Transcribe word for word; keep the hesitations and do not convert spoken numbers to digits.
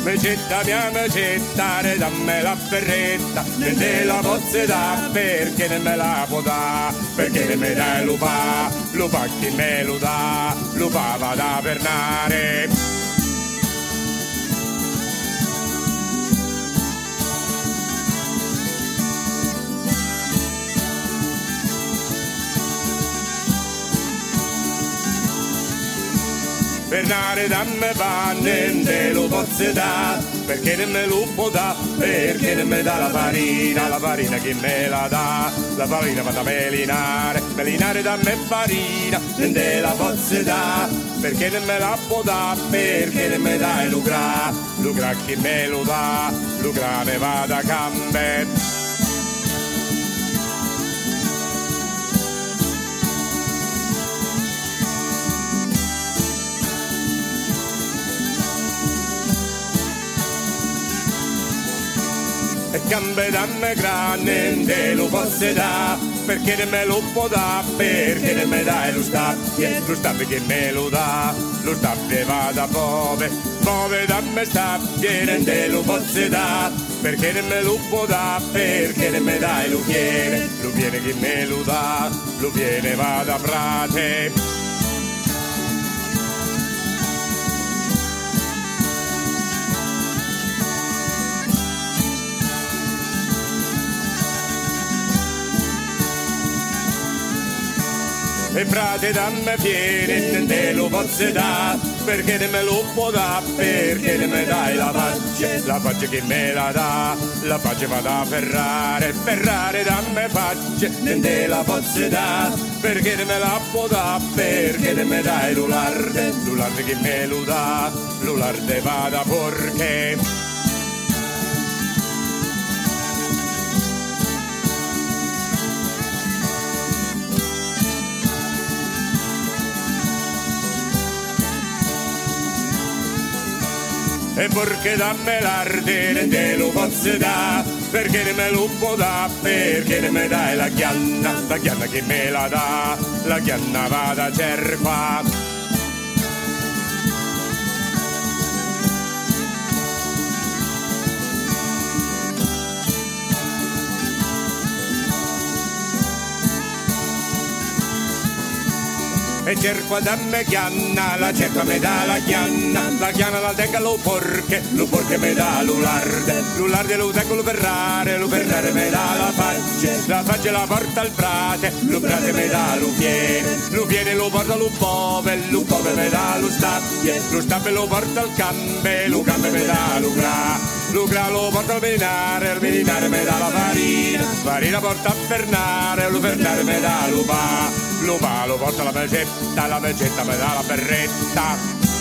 Mecetta mia mecetta, dammi la berretta, non te la posso dare perché non me la può dare, perché non mi dai lupa, lupa chi me lo dà, lupa vado a pernare. Pernare dammi panne, non te lo posso dare, perché non me lo può dare, perché non mi dà la farina, la farina chi me la dà, la farina vado a melinare, melinare dammi farina, non te la posso dare, perché non me la può dare, perché non mi dai lucra, lucra chi me lo dà, lucra ne vado a cambe. E gambe dammi grande, non te lo posso dare, perché non me lo può dare, perché non mi dai lo staffie, lo staffie che me lo dà, lo staffie vada a pove, pove dammi staffie, non te lo posso dare, perché non me lo può dare, perché non mi dai lo viene, lo viene che me lo dà, lo viene vada a prate. E frate dammi fiere, non te lo posso dare, perché non me lo può dare, perché non mi dai la faccia, la faccia che me la dà, la faccia vado a ferrare, ferrare dammi faccia, non te la posso dare, perché non me la può dare, perché non mi dai l'ularde, l'ularde che me lo dà, l'ularde vado a porche. E perché dammi l'arte, non te lo posso dare, perché non me lo può dare, perché non mi dai la chianna, la chianna che me la dà, la chianna vado a cercare. E cerco dammi chianna, la cerca me dà la chianna, la chianna la tenga lo porche, lo porche me dà l'ularde, l'ularde lo tengo lo ferrare, lo ferrare me dà la faccia, la faccia la porta al prate, lo prate me dà lo piede, lo piede lo porta lo pove, lo pove me dà lo stappie, lo stappie lo porta al cambe, lo cambe me dà lo gra, lo gra lo porta al melinare, il melinare me dà la farina, farina porta a fernare, lo fernare me dà lo pa. Lo pa lo porta la mecetta, la mecetta me dà la berretta.